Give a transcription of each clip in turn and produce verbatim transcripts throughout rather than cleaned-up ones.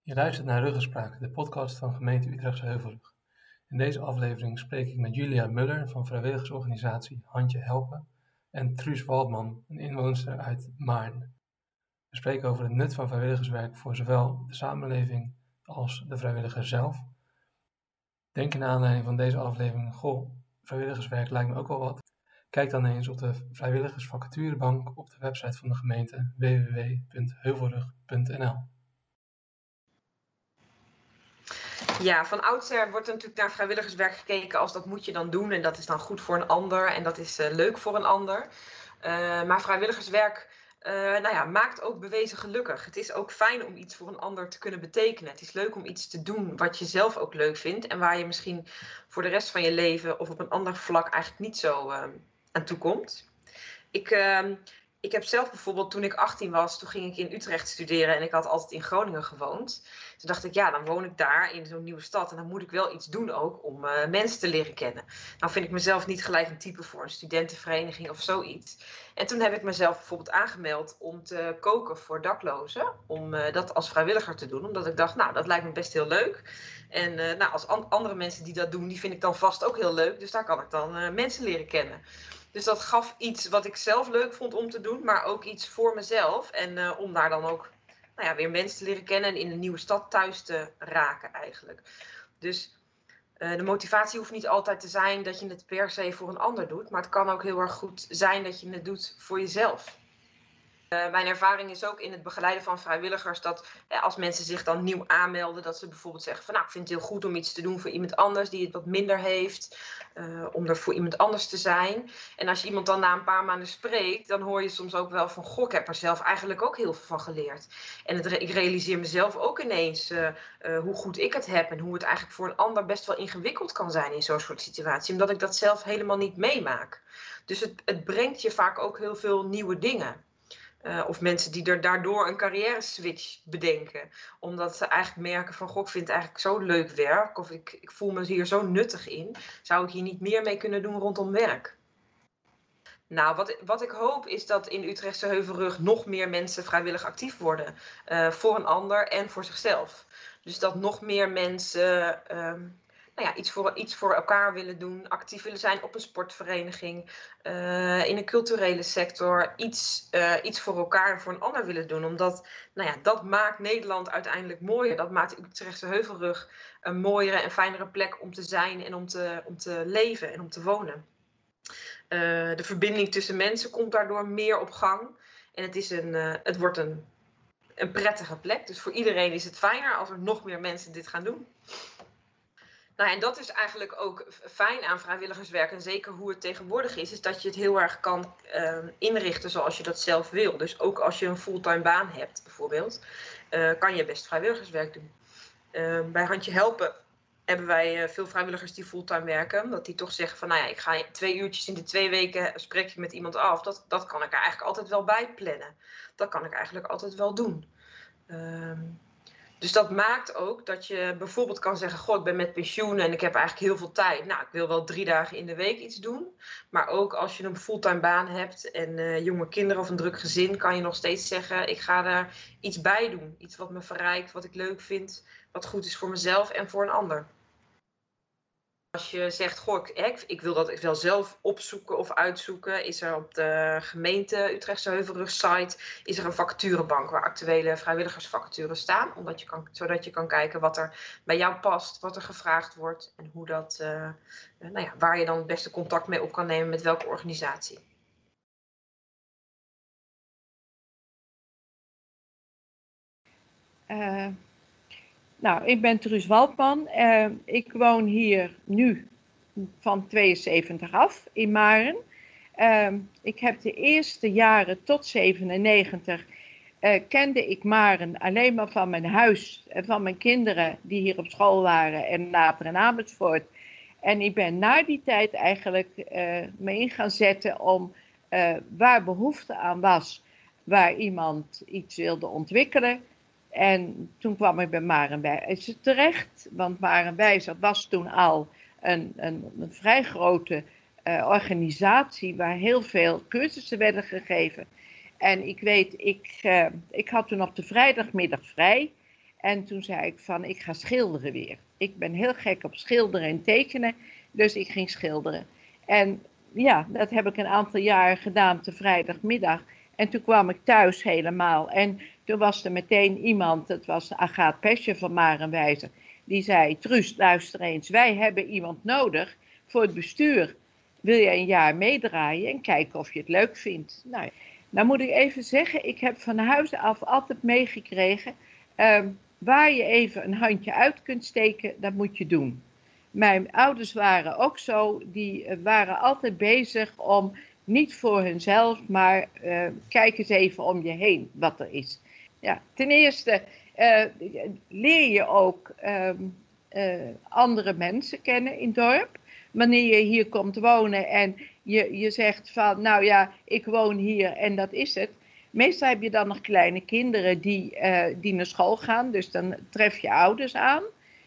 Je luistert naar Ruggespraak, de podcast van gemeente Utrechtse Heuvelrug. In deze aflevering spreek ik met Julia Muller van vrijwilligersorganisatie Handje Helpen en Truus Waldman, een inwoonster uit Maarn. We spreken over het nut van vrijwilligerswerk voor zowel de samenleving als de vrijwilliger zelf. Denk je naar aanleiding van deze aflevering, goh, vrijwilligerswerk lijkt me ook wel wat. Kijk dan eens op de vrijwilligersvacaturebank op de website van de gemeente w w w punt heuvelrug punt n l. Ja, van oudsher wordt er natuurlijk naar vrijwilligerswerk gekeken als dat moet je dan doen en dat is dan goed voor een ander en dat is uh, leuk voor een ander. Uh, maar vrijwilligerswerk uh, nou ja, maakt ook bewezen gelukkig. Het is ook fijn om iets voor een ander te kunnen betekenen. Het is leuk om iets te doen wat je zelf ook leuk vindt en waar je misschien voor de rest van je leven of op een ander vlak eigenlijk niet zo uh, aan toe komt. Ik... Uh, Ik heb zelf bijvoorbeeld, toen ik achttien was, toen ging ik in Utrecht studeren en ik had altijd in Groningen gewoond. Toen dacht ik, ja, dan woon ik daar in zo'n nieuwe stad en dan moet ik wel iets doen ook om uh, mensen te leren kennen. Nou vind ik mezelf niet gelijk een type voor een studentenvereniging of zoiets. En toen heb ik mezelf bijvoorbeeld aangemeld om te koken voor daklozen, om uh, dat als vrijwilliger te doen. Omdat ik dacht, nou, dat lijkt me best heel leuk. En uh, nou, als an- andere mensen die dat doen, die vind ik dan vast ook heel leuk. Dus daar kan ik dan uh, mensen leren kennen. Dus dat gaf iets wat ik zelf leuk vond om te doen, maar ook iets voor mezelf. En uh, om daar dan ook nou ja, weer mensen te leren kennen en in een nieuwe stad thuis te raken eigenlijk. Dus uh, de motivatie hoeft niet altijd te zijn dat je het per se voor een ander doet. Maar het kan ook heel erg goed zijn dat je het doet voor jezelf. Uh, mijn ervaring is ook in het begeleiden van vrijwilligers dat eh, als mensen zich dan nieuw aanmelden, dat ze bijvoorbeeld zeggen van nou, ik vind het heel goed om iets te doen voor iemand anders die het wat minder heeft, uh, om er voor iemand anders te zijn. En als je iemand dan na een paar maanden spreekt, dan hoor je soms ook wel van goh, ik heb er zelf eigenlijk ook heel veel van geleerd. En het, ik realiseer mezelf ook ineens uh, uh, hoe goed ik het heb en hoe het eigenlijk voor een ander best wel ingewikkeld kan zijn in zo'n soort situatie, omdat ik dat zelf helemaal niet meemaak. Dus het, het brengt je vaak ook heel veel nieuwe dingen. Uh, of mensen die er daardoor een carrière switch bedenken. Omdat ze eigenlijk merken van, goh, ik vind het eigenlijk zo leuk werk. Of ik, ik voel me hier zo nuttig in. Zou ik hier niet meer mee kunnen doen rondom werk? Nou, wat, wat ik hoop is dat in Utrechtse Heuvelrug nog meer mensen vrijwillig actief worden. Uh, voor een ander en voor zichzelf. Dus dat nog meer mensen... Uh, Nou ja, iets, voor, iets voor elkaar willen doen, actief willen zijn op een sportvereniging, uh, in een culturele sector, iets, uh, iets voor elkaar en voor een ander willen doen. Omdat nou ja, dat maakt Nederland uiteindelijk mooier. Dat maakt de Utrechtse Heuvelrug een mooiere en fijnere plek om te zijn en om te, om te leven en om te wonen. Uh, de verbinding tussen mensen komt daardoor meer op gang. En het, is een, uh, het wordt een, een prettige plek. Dus voor iedereen is het fijner als er nog meer mensen dit gaan doen. Nou, en dat is eigenlijk ook fijn aan vrijwilligerswerk en zeker hoe het tegenwoordig is, is dat je het heel erg kan uh, inrichten zoals je dat zelf wil. Dus ook als je een fulltime baan hebt bijvoorbeeld, uh, kan je best vrijwilligerswerk doen. Uh, bij Handje Helpen hebben wij uh, veel vrijwilligers die fulltime werken, dat die toch zeggen van nou ja, ik ga twee uurtjes in de twee weken spreek ik met iemand af. Dat, dat kan ik er eigenlijk altijd wel bij plannen. Dat kan ik eigenlijk altijd wel doen. Uh, Dus dat maakt ook dat je bijvoorbeeld kan zeggen, goh, ik ben met pensioen en ik heb eigenlijk heel veel tijd. Nou, ik wil wel drie dagen in de week iets doen. Maar ook als je een fulltime baan hebt en uh, jonge kinderen of een druk gezin, kan je nog steeds zeggen, ik ga daar iets bij doen. Iets wat me verrijkt, wat ik leuk vind, wat goed is voor mezelf en voor een ander. Als je zegt, goh, ik, ik wil dat ik wel zelf opzoeken of uitzoeken, is er op de gemeente Utrechtse Heuvelrug site is er een vacaturebank waar actuele vrijwilligersvacatures staan, omdat je kan, zodat je kan kijken wat er bij jou past, wat er gevraagd wordt en hoe dat, uh, nou ja, waar je dan het beste contact mee op kan nemen met welke organisatie. Uh, nou, ik ben Truus Waldman. Uh, ik woon hier nu van tweeënzeventig af in Maarn. Uh, ik heb de eerste jaren tot zevenennegentig uh, kende ik Maarn alleen maar van mijn huis en van mijn kinderen die hier op school waren en later in Amersfoort. En ik ben na die tijd eigenlijk uh, me in gaan zetten om uh, waar behoefte aan was, waar iemand iets wilde ontwikkelen. En toen kwam ik bij Marenwijzer terecht, want Marenwijzer was toen al een, een, een vrij grote uh, organisatie waar heel veel cursussen werden gegeven. En ik weet, ik, uh, ik had toen op de vrijdagmiddag vrij En toen zei ik van, ik ga schilderen weer. Ik ben heel gek op schilderen en tekenen, dus ik ging schilderen. En ja, dat heb ik een aantal jaren gedaan, te vrijdagmiddag. En toen kwam ik thuis helemaal. En toen was er meteen iemand, het was Agaat Pesje van Marenwijzer, die zei, Truus, luister eens, wij hebben iemand nodig voor het bestuur. Wil je een jaar meedraaien en kijken of je het leuk vindt? Nou, nou moet ik even zeggen, ik heb van huis af altijd meegekregen, uh, waar je even een handje uit kunt steken, dat moet je doen. Mijn ouders waren ook zo, die waren altijd bezig om, niet voor hunzelf, maar uh, kijk eens even om je heen wat er is. Ja, ten eerste uh, leer je ook uh, uh, andere mensen kennen in het dorp. Wanneer je hier komt wonen en je, je zegt van, nou ja, ik woon hier en dat is het. Meestal heb je dan nog kleine kinderen die, uh, die naar school gaan, dus dan tref je ouders aan.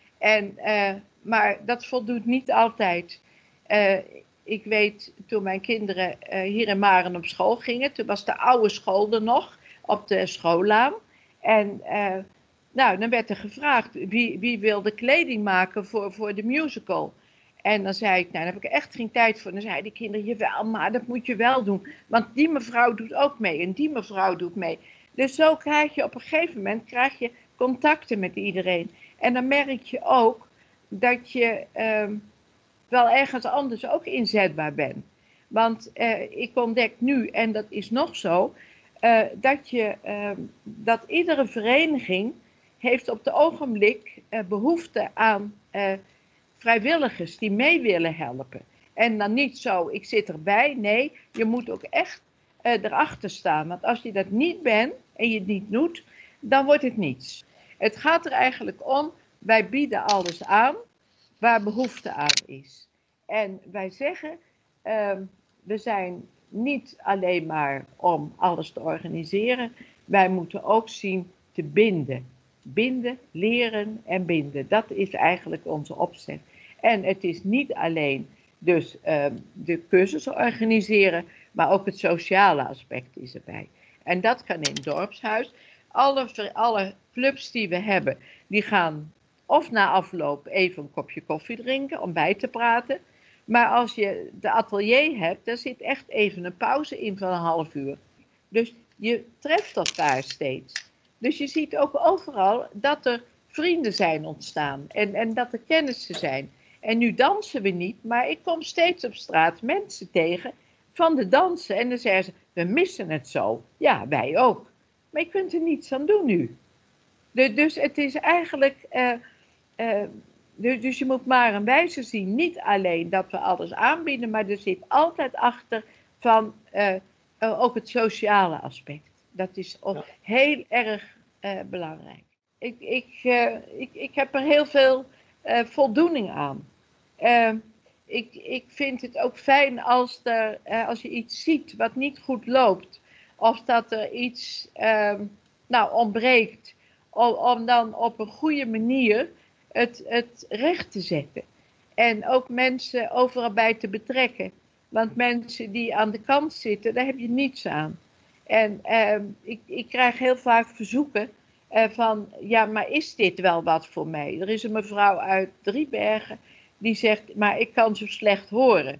En, uh, maar dat voldoet niet altijd. Uh, ik weet, toen mijn kinderen uh, hier in Maren op school gingen, toen was de oude school er nog, op de schoollaan. En uh, nou, dan werd er gevraagd, wie, wie wilde kleding maken voor, voor de musical? En dan zei ik, nou, daar heb ik echt geen tijd voor. Dan zeiden die kinderen, jawel, maar dat moet je wel doen. Want die mevrouw doet ook mee en die mevrouw doet mee. Dus zo krijg je op een gegeven moment krijg je contacten met iedereen. En dan merk je ook dat je uh, wel ergens anders ook inzetbaar bent. Want uh, ik ontdek nu, en dat is nog zo, uh, dat, je, uh, dat iedere vereniging heeft op het ogenblik uh, behoefte aan uh, vrijwilligers die mee willen helpen. En dan niet zo, ik zit erbij. Nee, je moet ook echt uh, erachter staan. Want als je dat niet bent en je het niet doet, dan wordt het niets. Het gaat er eigenlijk om, wij bieden alles aan waar behoefte aan is. En wij zeggen, uh, we zijn niet alleen maar om alles te organiseren. Wij moeten ook zien te binden. Binden, leren en binden. Dat is eigenlijk onze opzet. En het is niet alleen dus uh, de cursussen organiseren, maar ook het sociale aspect is erbij. En dat kan in het dorpshuis. Alle, alle clubs die we hebben, die gaan of na afloop even een kopje koffie drinken om bij te praten. Maar als je de atelier hebt, daar zit echt even een pauze in van een half uur. Dus je treft elkaar steeds. Dus je ziet ook overal dat er vrienden zijn ontstaan en, en dat er kennissen zijn. En nu dansen we niet, maar ik kom steeds op straat mensen tegen van de dansen. En dan zeggen ze, we missen het zo. Ja, wij ook. Maar je kunt er niets aan doen nu. De, dus het is eigenlijk, uh, uh, dus, dus je moet maar een wijze zien. Niet alleen dat we alles aanbieden, maar er zit altijd achter van uh, uh, ook het sociale aspect. Dat is ook ja. heel erg uh, belangrijk. Ik, ik, uh, ik, ik heb er heel veel uh, voldoening aan. Uh, ik, ik vind het ook fijn als, er, uh, als je iets ziet wat niet goed loopt. Of dat er iets uh, nou, ontbreekt. Om, om dan op een goede manier het, het recht te zetten. En ook mensen overal bij te betrekken. Want mensen die aan de kant zitten, daar heb je niets aan. En uh, ik, ik krijg heel vaak verzoeken uh, van, ja, maar is dit wel wat voor mij? Er is een mevrouw uit Driebergen die zegt, maar ik kan zo slecht horen.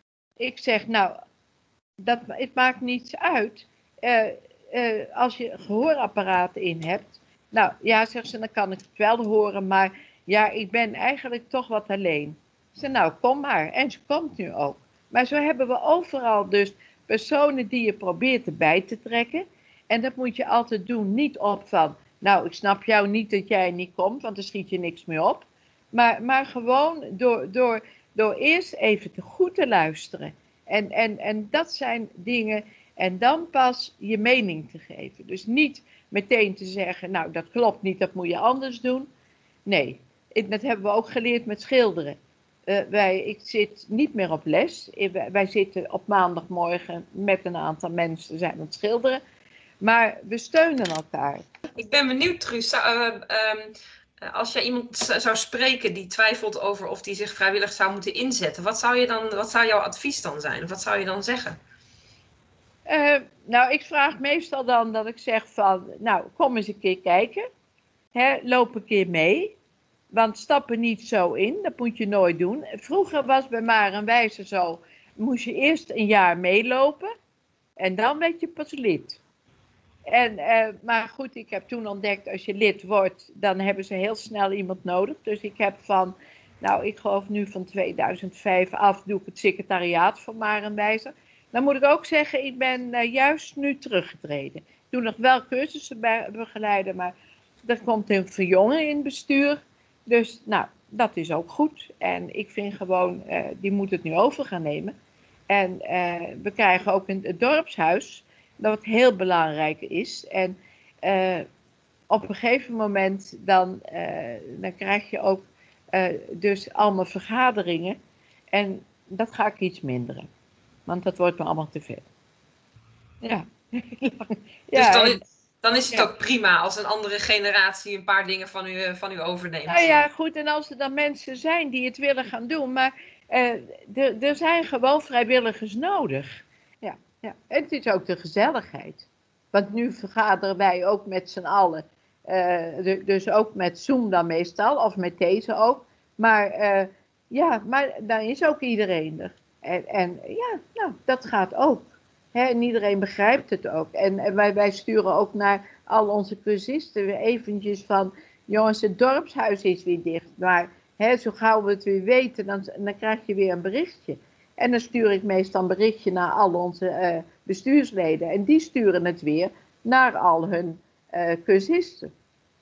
Ik zeg, nou, dat, het maakt niets uit. Uh, uh, als je gehoorapparaten in hebt, nou ja, zegt ze, dan kan ik het wel horen, maar ja, ik ben eigenlijk toch wat alleen. Ik zeg, nou, kom maar. En ze komt nu ook. Maar zo hebben we overal dus personen die je probeert erbij te trekken. En dat moet je altijd doen, niet op van, nou, ik snap jou niet dat jij niet komt, want dan schiet je niks meer op. Maar, maar gewoon door, door, door eerst even te goed te luisteren. En, en, en dat zijn dingen, en dan pas je mening te geven. Dus niet meteen te zeggen, nou, dat klopt niet, dat moet je anders doen. Nee, dat hebben we ook geleerd met schilderen. Uh, wij, ik zit niet meer op les. Wij zitten op maandagmorgen met een aantal mensen zijn aan het schilderen. Maar we steunen elkaar. Ik ben benieuwd, Truus. Uh, um, als je iemand zou spreken die twijfelt over of die zich vrijwillig zou moeten inzetten. Wat zou, je dan, wat zou jouw advies dan zijn? Of wat zou je dan zeggen? Uh, nou, ik vraag meestal dan dat ik zeg van, nou, kom eens een keer kijken. Hè, loop een keer mee. Want stap er niet zo in, dat moet je nooit doen. Vroeger was bij Maren Wijzer zo, moest je eerst een jaar meelopen en dan werd je pas lid. En, uh, maar goed, ik heb toen ontdekt, als je lid wordt, dan hebben ze heel snel iemand nodig. Dus ik heb van, nou ik geloof nu van tweeduizend vijf af, doe ik het secretariaat van Maren Wijzer. Dan moet ik ook zeggen, ik ben uh, juist nu teruggetreden. Ik doe nog wel cursussen bij, begeleiden, maar er komt een verjongen in het bestuur. Dus nou, dat is ook goed. En ik vind gewoon, uh, die moet het nu over gaan nemen. En uh, we krijgen ook een, het dorpshuis, dat heel belangrijk is. En uh, op een gegeven moment dan, uh, dan krijg je ook uh, dus allemaal vergaderingen. En dat ga ik iets minderen. Want dat wordt me allemaal te veel. Ja. Dus dan, is, dan is het ja. ook prima als een andere generatie een paar dingen van u, van u overneemt. Nou ja, goed. En als er dan mensen zijn die het willen gaan doen. Maar uh, er zijn gewoon vrijwilligers nodig. Ja, ja. En het is ook de gezelligheid. Want nu vergaderen wij ook met z'n allen. Uh, dus ook met Zoom dan meestal. Of met deze ook. Maar uh, ja, maar dan is ook iedereen er. En, en ja, nou, dat gaat ook. He, en iedereen begrijpt het ook. En, en wij, wij sturen ook naar al onze cursisten weer eventjes van... Jongens, het dorpshuis is weer dicht. Maar he, zo gauw we het weer weten, dan, dan krijg je weer een berichtje. En dan stuur ik meestal een berichtje naar al onze uh, bestuursleden. En die sturen het weer naar al hun uh, cursisten.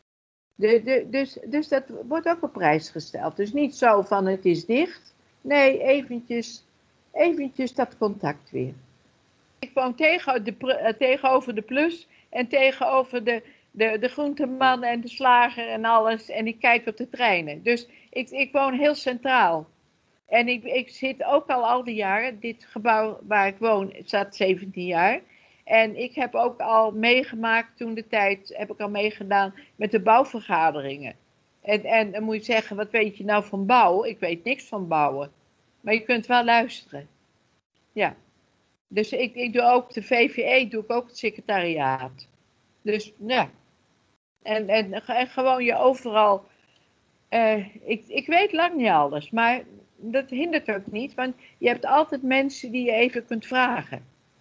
De, de, dus, dus dat wordt ook op prijs gesteld. Dus niet zo van het is dicht. Nee, eventjes, eventjes dat contact weer. Ik woon tegen de, uh, tegenover de Plus en tegenover de, de, de groenteman en de slager en alles. En ik kijk op de treinen. Dus ik, ik woon heel centraal. En ik, ik zit ook al al die jaren, dit gebouw waar ik woon staat zeventien jaar. En ik heb ook al meegemaakt, toen de tijd heb ik al meegedaan met de bouwvergaderingen. En, en dan moet je zeggen, wat weet je nou van bouwen? Ik weet niks van bouwen. Maar je kunt wel luisteren. Ja. Dus ik, ik doe ook de V V E, doe ik ook het secretariaat. Dus ja. En, en, en gewoon je overal. Uh, ik, ik weet lang niet alles, maar dat hindert ook niet. Want je hebt altijd mensen die je even kunt vragen.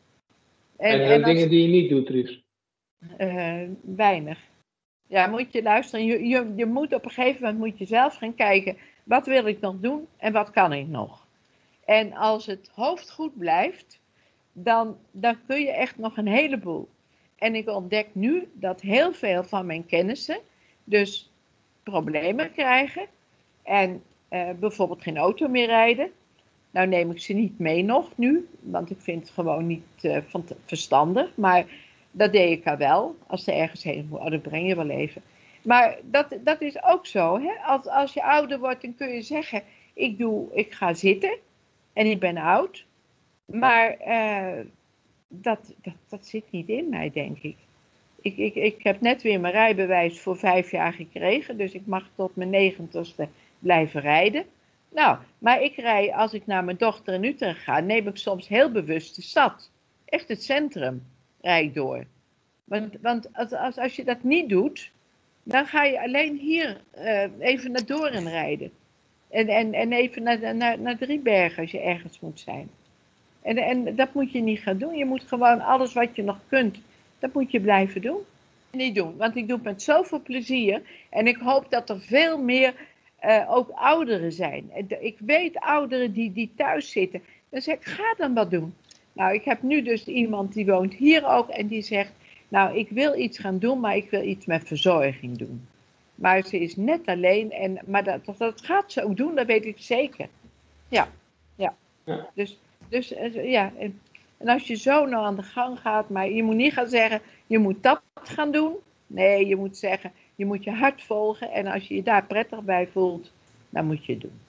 En, en, en als, dingen die je niet doet, Truus? Uh, weinig. Ja, moet je luisteren. Je, je, je moet op een gegeven moment moet je zelf gaan kijken. Wat wil ik nog doen en wat kan ik nog? En als het hoofd goed blijft, dan, dan kun je echt nog een heleboel. En ik ontdek nu dat heel veel van mijn kennissen dus problemen krijgen. En uh, bijvoorbeeld geen auto meer rijden. Nou neem ik ze niet mee nog nu, want ik vind het gewoon niet uh, van te, verstandig. Maar dat deed ik al wel. Als ze ergens heen moeten, oh, dat breng je wel even. Maar dat, dat is ook zo. Hè? Als, als je ouder wordt, dan kun je zeggen, ik, doe, ik ga zitten en ik ben oud. Maar uh, dat, dat, dat zit niet in mij, denk ik. Ik, ik. ik heb net weer mijn rijbewijs voor vijf jaar gekregen, dus ik mag tot mijn negentigste blijven rijden. Nou, maar ik rij, als ik naar mijn dochter in Utrecht ga, neem ik soms heel bewust de stad. Echt het centrum rijd ik door. Want, want als, als, als je dat niet doet, dan ga je alleen hier uh, even naar Doorn rijden. En, en, en even naar, naar, naar Driebergen als je ergens moet zijn. En, en dat moet je niet gaan doen. Je moet gewoon alles wat je nog kunt, dat moet je blijven doen. Niet doen, want ik doe het met zoveel plezier. En ik hoop dat er veel meer uh, ook ouderen zijn. Ik weet ouderen die, die thuis zitten. Dan zeg ik, ga dan wat doen. Nou, ik heb nu dus iemand die woont hier ook en die zegt, nou, ik wil iets gaan doen, maar ik wil iets met verzorging doen. Maar ze is net alleen, en, maar dat, dat gaat ze ook doen, dat weet ik zeker. Ja, ja. ja. Dus, dus ja, en, en als je zo nou aan de gang gaat, maar je moet niet gaan zeggen, je moet dat gaan doen. Nee, je moet zeggen, je moet je hart volgen en als je je daar prettig bij voelt, dan moet je het doen.